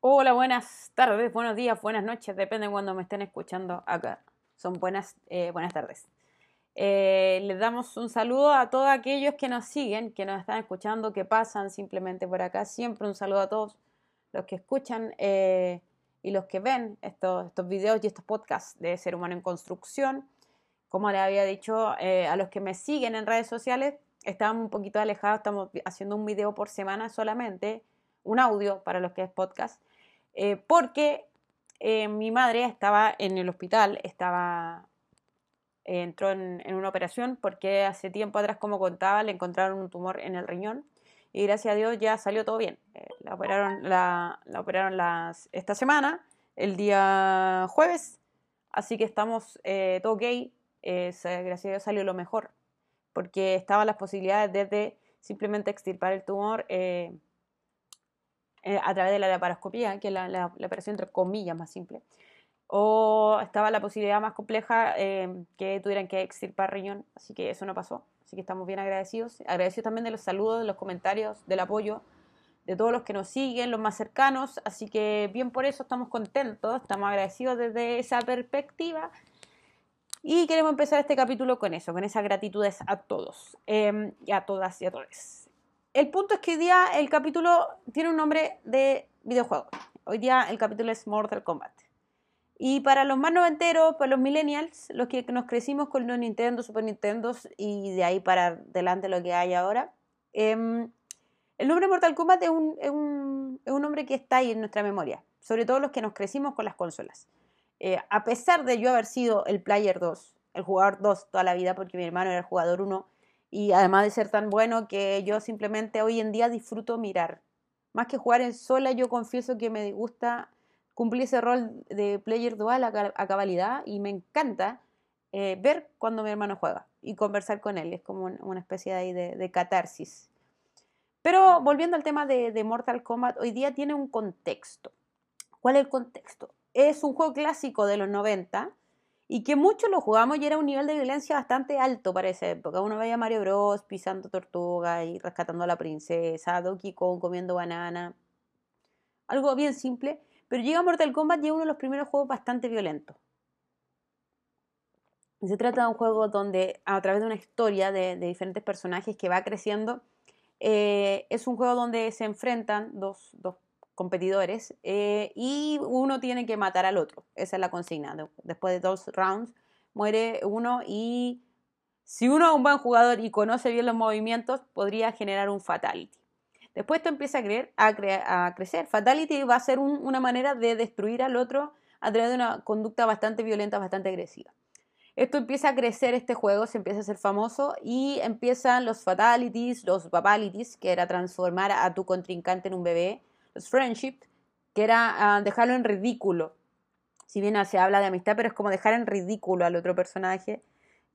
Hola, buenas tardes, buenos días, buenas noches, depende de cuando me estén escuchando acá. Son buenas tardes. Les damos un saludo a todos aquellos que nos siguen, que nos están escuchando, que pasan simplemente por acá. Siempre un saludo a todos los que escuchan y los que ven estos videos y estos podcasts de Ser Humano en Construcción. Como les había dicho, a los que me siguen en redes sociales, estábamos un poquito alejados, estamos haciendo un video por semana solamente, un audio para los que es podcast, porque mi madre estaba en el hospital, entró en una operación porque hace tiempo atrás, como contaba, le encontraron un tumor en el riñón y gracias a Dios ya salió todo bien. La operaron esta semana, el día jueves, así que estamos todo ok. Gracias a Dios salió lo mejor, porque estaban las posibilidades desde simplemente extirpar el tumor a través de la laparoscopía, que es la operación entre comillas más simple, o estaba la posibilidad más compleja que tuvieran que extirpar riñón, así que eso no pasó, así que estamos bien agradecidos también de los saludos, de los comentarios, del apoyo de todos los que nos siguen, los más cercanos, así que bien por eso estamos contentos, estamos agradecidos desde esa perspectiva y queremos empezar este capítulo con eso, con esas gratitudes a todos, y a todas y a todos. El punto es que hoy día el capítulo tiene un nombre de videojuego. Hoy día el capítulo es Mortal Kombat. Y para los más noventeros, para los millennials, los que nos crecimos con los Nintendo, Super Nintendo y de ahí para adelante lo que hay ahora, el nombre Mortal Kombat es un nombre que está ahí en nuestra memoria, sobre todo los que nos crecimos con las consolas. A pesar de yo haber sido el player 2, el jugador 2 toda la vida, porque mi hermano era el jugador 1, y además de ser tan bueno que yo simplemente hoy en día disfruto mirar. Más que jugar en sola, yo confieso que me gusta cumplir ese rol de player dual a cabalidad y me encanta ver cuando mi hermano juega y conversar con él. Es como una especie de, ahí de catarsis. Pero volviendo al tema de Mortal Kombat, hoy día tiene un contexto. ¿Cuál es el contexto? Es un juego clásico de los 90 y que muchos lo jugamos y era un nivel de violencia bastante alto para esa época. Uno veía a Mario Bros. Pisando tortuga y rescatando a la princesa, Donkey Kong comiendo banana. Algo bien simple, pero llega Mortal Kombat y es uno de los primeros juegos bastante violentos. Se trata de un juego donde a través de una historia de diferentes personajes que va creciendo, es un juego donde se enfrentan dos competidores y uno tiene que matar al otro. Esa es la consigna. Después de 2 rounds muere uno y si uno es un buen jugador y conoce bien los movimientos, podría generar un fatality. Después esto empieza a crecer. Fatality va a ser una manera de destruir al otro a través de una conducta bastante violenta, bastante agresiva. Esto empieza a crecer, este juego se empieza a hacer famoso y empiezan los fatalities, los babalities, que era transformar a tu contrincante en un bebé, los friendship, que era dejarlo en ridículo. Si bien se habla de amistad, pero es como dejar en ridículo al otro personaje.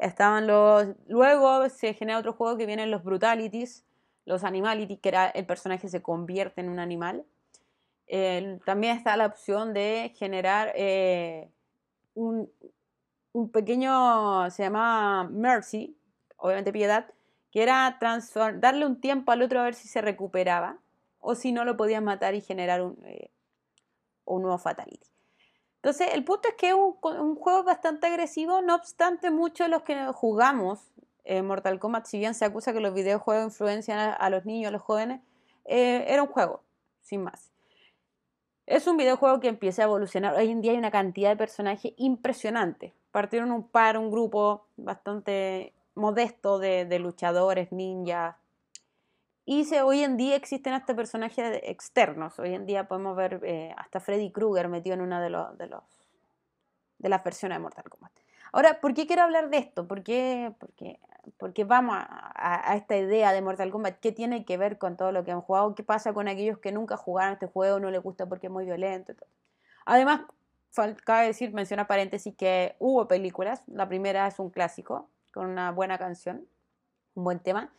Luego se genera otro juego que vienen los brutalities, los animalities, que era el personaje se convierte en un animal. También está la opción de generar un, un pequeño, se llamaba Mercy, obviamente piedad, que era darle un tiempo al otro a ver si se recuperaba o si no lo podías matar y generar un nuevo fatality. Entonces, el punto es que es un juego bastante agresivo, no obstante, muchos de los que jugamos Mortal Kombat, si bien se acusa que los videojuegos influencian a los niños, a los jóvenes, era un juego, sin más. Es un videojuego que empieza a evolucionar. Hoy en día hay una cantidad de personajes impresionante. Partieron un grupo bastante modesto de luchadores, ninjas. Y hoy en día existen hasta personajes externos. Hoy en día podemos ver hasta Freddy Krueger metido en una de las versiones de Mortal Kombat. Ahora, ¿por qué quiero hablar de esto? Porque vamos a esta idea de Mortal Kombat. ¿Qué tiene que ver con todo lo que han jugado? ¿Qué pasa con aquellos que nunca jugaron este juego, no les gusta porque es muy violento? Además, cabe decir, menciona paréntesis, que hubo películas. La primera es un clásico, con una buena canción, un buen tema.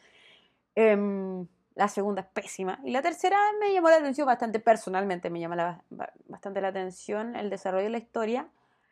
La segunda es pésima. Y la tercera me llamó la atención bastante, personalmente me llama bastante la atención el desarrollo de la historia.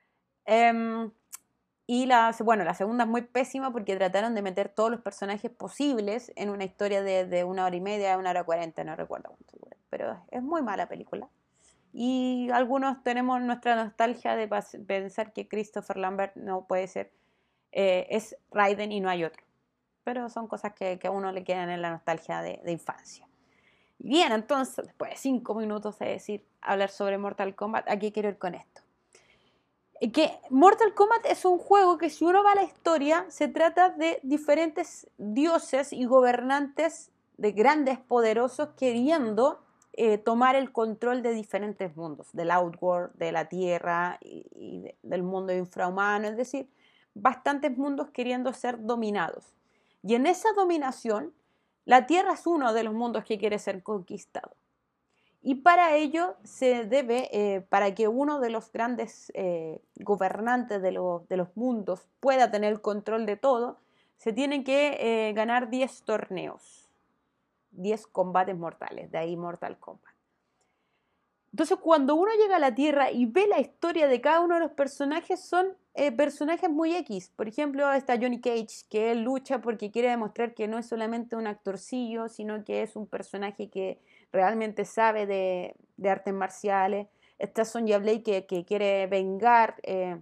La segunda es muy pésima porque trataron de meter todos los personajes posibles en una historia de 1 hora y media, 1 hora 40, no recuerdo cuánto dura. Pero es muy mala película. y algunos tenemos nuestra nostalgia de pensar que Christopher Lambert no puede ser, es Raiden y no hay otro. Pero son cosas que a uno le quedan en la nostalgia de infancia. Bien, entonces, después de 5 minutos de hablar sobre Mortal Kombat, aquí quiero ir con esto. Que Mortal Kombat es un juego que, si uno va a la historia, se trata de diferentes dioses y gobernantes de grandes poderosos queriendo tomar el control de diferentes mundos, del Outworld, de la Tierra y del mundo infrahumano, es decir, bastantes mundos queriendo ser dominados. Y en esa dominación, la Tierra es uno de los mundos que quiere ser conquistado. Y para ello se debe, para que uno de los grandes gobernantes de los mundos pueda tener el control de todo, se tienen que ganar 10 torneos, 10 combates mortales, de ahí Mortal Kombat. Entonces, cuando uno llega a la Tierra y ve la historia de cada uno de los personajes, son personajes muy X. Por ejemplo, está Johnny Cage, que él lucha porque quiere demostrar que no es solamente un actorcillo, sino que es un personaje que realmente sabe de artes marciales. Está Sonya Blade, que quiere vengar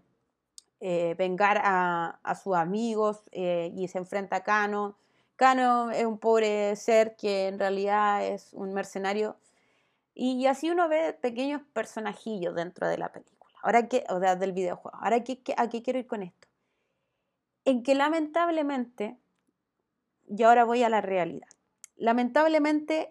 a sus amigos y se enfrenta a Kano. Kano es un pobre ser que en realidad es un mercenario. Y así uno ve pequeños personajillos dentro de la película, o sea, del videojuego. Ahora, ¿a qué quiero ir con esto? En que lamentablemente, y ahora voy a la realidad, lamentablemente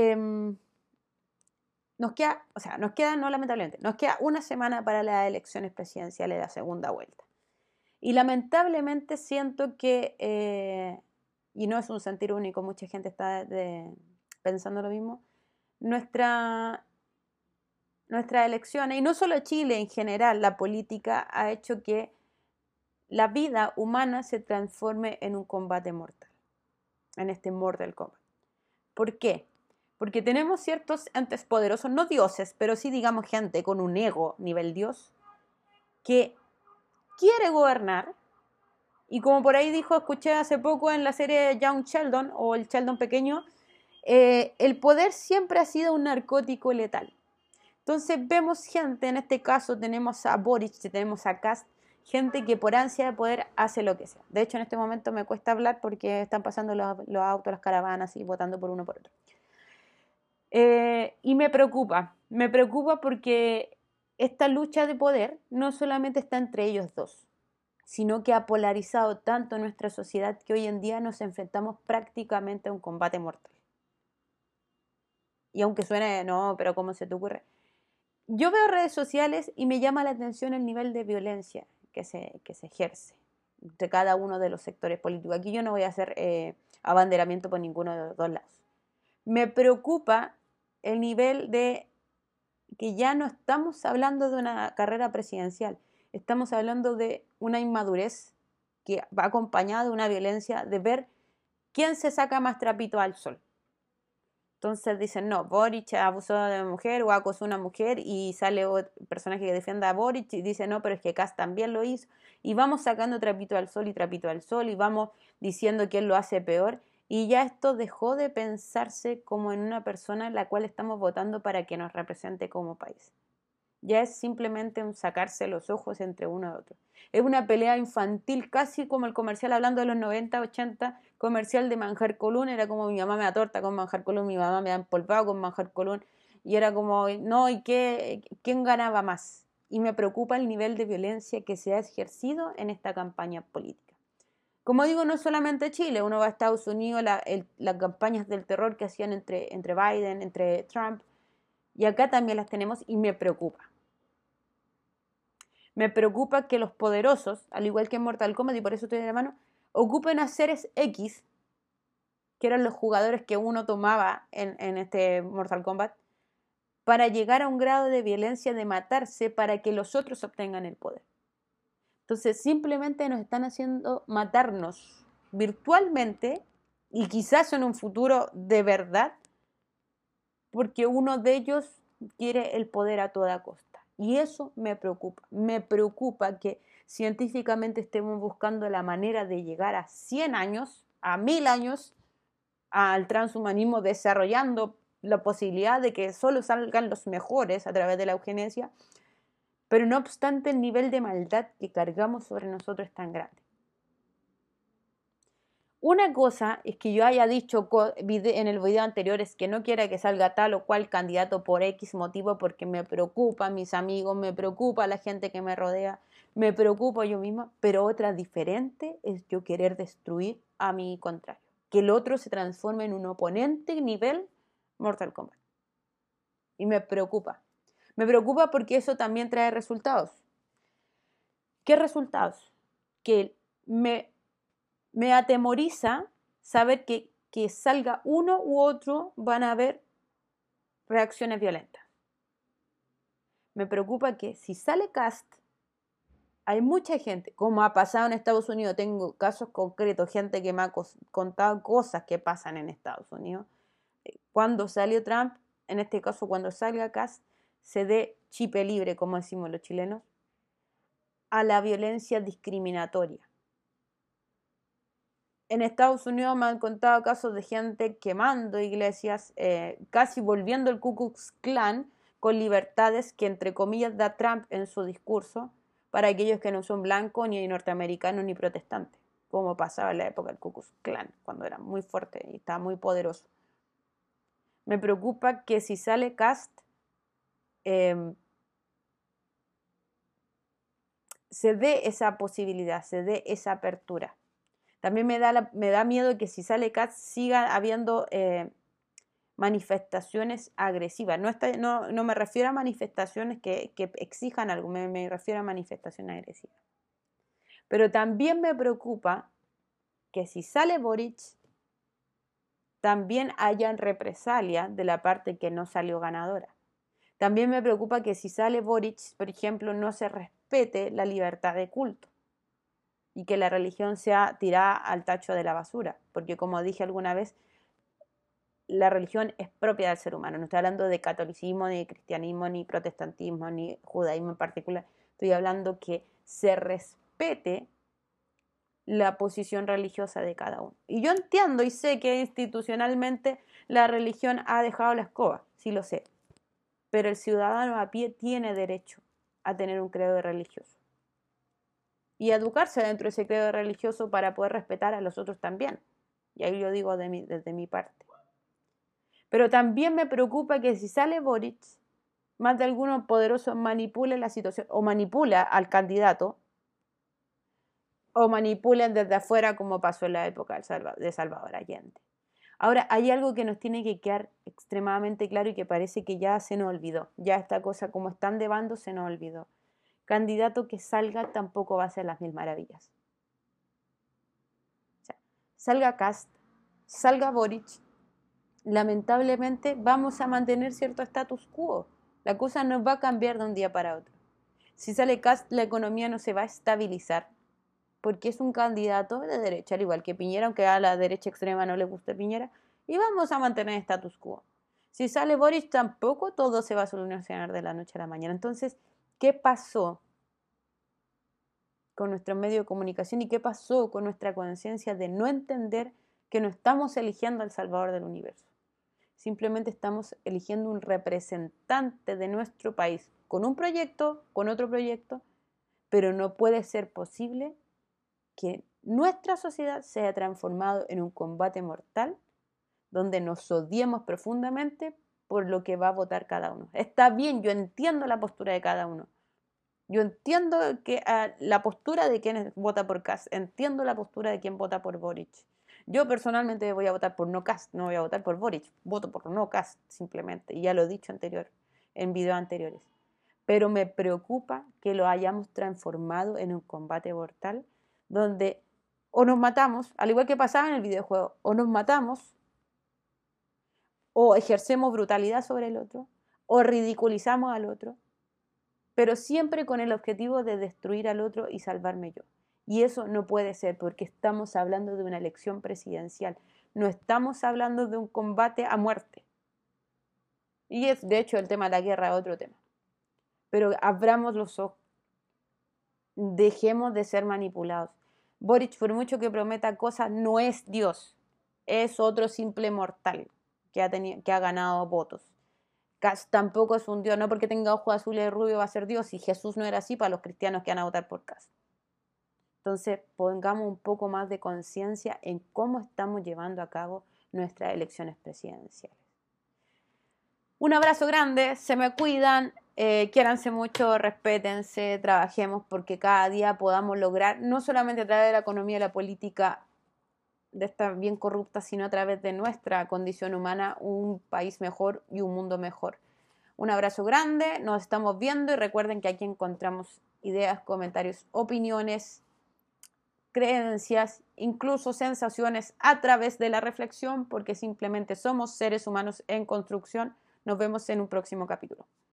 nos queda una semana para las elecciones presidenciales de la segunda vuelta. Y lamentablemente siento que, y no es un sentir único, mucha gente está pensando lo mismo, nuestras elecciones, y no solo Chile, en general, la política ha hecho que la vida humana se transforme en un combate mortal, en este Mortal Kombat. ¿Por qué? Porque tenemos ciertos entes poderosos, no dioses, pero sí, digamos, gente con un ego nivel dios, que quiere gobernar, y como por ahí escuché hace poco en la serie Young Sheldon, o el Sheldon pequeño, el poder siempre ha sido un narcótico letal. Entonces vemos gente, en este caso tenemos a Boric, tenemos a Kast, gente que por ansia de poder hace lo que sea. De hecho, en este momento me cuesta hablar porque están pasando los autos, las caravanas y votando por uno por otro. Y me preocupa porque esta lucha de poder no solamente está entre ellos dos, sino que ha polarizado tanto nuestra sociedad que hoy en día nos enfrentamos prácticamente a un combate mortal. Y aunque suene, no, pero ¿cómo se te ocurre? Yo veo redes sociales y me llama la atención el nivel de violencia que se ejerce entre cada uno de los sectores políticos. Aquí yo no voy a hacer abanderamiento por ninguno de los dos lados. Me preocupa el nivel de que ya no estamos hablando de una carrera presidencial, estamos hablando de una inmadurez que va acompañada de una violencia de ver quién se saca más trapito al sol. Entonces dicen, no, Boric abusó de una mujer o acosó a una mujer, y sale otro personaje que defienda a Boric y dice, no, pero es que Kast también lo hizo. Y vamos sacando trapito al sol y vamos diciendo quién lo hace peor. Y ya esto dejó de pensarse como en una persona en la cual estamos votando para que nos represente como país. Ya es simplemente un sacarse los ojos entre uno y otro. Es una pelea infantil, casi como el comercial, hablando de los 90, 80, comercial de Manjar Colún. Era como mi mamá me da torta con Manjar Colún, mi mamá me da empolvado con Manjar Colún. Y era como, no, ¿y quién ganaba más? Y me preocupa el nivel de violencia que se ha ejercido en esta campaña política. Como digo, no solamente Chile, uno va a Estados Unidos, las campañas del terror que hacían entre Biden, entre Trump, y acá también las tenemos, y me preocupa. Me preocupa que los poderosos, al igual que en Mortal Kombat, y por eso estoy de la mano, ocupen a seres X, que eran los jugadores que uno tomaba en este Mortal Kombat, para llegar a un grado de violencia, de matarse, para que los otros obtengan el poder. Entonces simplemente nos están haciendo matarnos virtualmente, y quizás en un futuro de verdad, porque uno de ellos quiere el poder a toda costa. Y eso me preocupa. Me preocupa que científicamente estemos buscando la manera de llegar a 100 años, a 1000 años, al transhumanismo, desarrollando la posibilidad de que solo salgan los mejores a través de la eugenesia, pero no obstante el nivel de maldad que cargamos sobre nosotros es tan grande. Una cosa es que yo haya dicho en el video anterior es que no quiera que salga tal o cual candidato por X motivo porque me preocupa mis amigos, me preocupa la gente que me rodea, me preocupo yo misma, pero otra diferente es yo querer destruir a mi contrario, que el otro se transforme en un oponente nivel Mortal Kombat. Y me preocupa porque eso también trae resultados. ¿Qué resultados? Que me atemoriza saber que salga uno u otro van a haber reacciones violentas. Me preocupa que si sale Kast, hay mucha gente, como ha pasado en Estados Unidos, tengo casos concretos, gente que me ha contado cosas que pasan en Estados Unidos. Cuando salió Trump, en este caso cuando salga Kast, se dé chipe libre, como decimos los chilenos, a la violencia discriminatoria. En Estados Unidos me han contado casos de gente quemando iglesias, casi volviendo el Ku Klux Klan con libertades que entre comillas da Trump en su discurso para aquellos que no son blancos, ni norteamericanos, ni protestantes, como pasaba en la época del Ku Klux Klan, cuando era muy fuerte y estaba muy poderoso. Me preocupa que si sale Kast, se dé esa posibilidad, se dé esa apertura. También me da miedo que si sale Kast siga habiendo manifestaciones agresivas. No me refiero a manifestaciones que exijan algo, me refiero a manifestaciones agresivas. Pero también me preocupa que si sale Boric, también hayan represalias de la parte que no salió ganadora. También me preocupa que si sale Boric, por ejemplo, no se respete la libertad de culto y que la religión sea tirada al tacho de la basura, porque como dije alguna vez, la religión es propia del ser humano. No estoy hablando de catolicismo, ni de cristianismo, ni protestantismo, ni judaísmo en particular. Estoy hablando que se respete la posición religiosa de cada uno. Y yo entiendo y sé que institucionalmente la religión ha dejado la escoba, sí lo sé, pero el ciudadano a pie tiene derecho a tener un credo religioso y educarse dentro de ese credo religioso para poder respetar a los otros también. Y ahí yo digo desde mi parte. Pero también me preocupa que si sale Boric, más de alguno poderoso manipule la situación o manipula al candidato o manipulen desde afuera como pasó en la época de Salvador Allende. Ahora, hay algo que nos tiene que quedar extremadamente claro y que parece que ya se nos olvidó. Ya esta cosa, como están de bando, se nos olvidó. Candidato que salga tampoco va a ser las mil maravillas. O sea, salga Kast, salga Boric, lamentablemente vamos a mantener cierto status quo. La cosa no va a cambiar de un día para otro. Si sale Kast, la economía no se va a estabilizar porque es un candidato de derecha, al igual que Piñera, aunque a la derecha extrema no le guste Piñera, y vamos a mantener status quo. Si sale Boric, tampoco todo se va a solucionar de la noche a la mañana. Entonces, ¿qué pasó con nuestro medio de comunicación y qué pasó con nuestra conciencia de no entender que no estamos eligiendo al Salvador del universo? Simplemente estamos eligiendo un representante de nuestro país con un proyecto, con otro proyecto, pero no puede ser posible que nuestra sociedad se haya transformado en un combate mortal donde nos odiemos profundamente por lo que va a votar cada uno. Está bien, yo entiendo la postura de cada uno. Yo entiendo que la postura de quien vota por Kast, entiendo la postura de quien vota por Boric. Yo personalmente voy a votar por no Kast, no voy a votar por Boric, voto por no Kast simplemente, y ya lo he dicho en videos anteriores. Pero me preocupa que lo hayamos transformado en un combate mortal donde o nos matamos, al igual que pasaba en el videojuego, o nos matamos, o ejercemos brutalidad sobre el otro, o ridiculizamos al otro, pero siempre con el objetivo de destruir al otro y salvarme yo. Y eso no puede ser porque estamos hablando de una elección presidencial, no estamos hablando de un combate a muerte. Y es, de hecho, el tema de la guerra otro tema. Pero abramos los ojos, dejemos de ser manipulados. Boric, por mucho que prometa cosas, no es Dios, es otro simple mortal que ha ganado votos. Kast tampoco es un Dios, no porque tenga ojos azules y rubio va a ser Dios, y Jesús no era así para los cristianos que van a votar por Kast. Entonces, pongamos un poco más de conciencia en cómo estamos llevando a cabo nuestras elecciones presidenciales. Un abrazo grande, se me cuidan, quiéranse mucho, respétense, trabajemos porque cada día podamos lograr, no solamente a través de la economía y la política de esta bien corrupta, sino a través de nuestra condición humana, un país mejor y un mundo mejor. Un abrazo grande, nos estamos viendo y recuerden que aquí encontramos ideas, comentarios, opiniones, creencias, incluso sensaciones a través de la reflexión, porque simplemente somos seres humanos en construcción. Nos vemos en un próximo capítulo.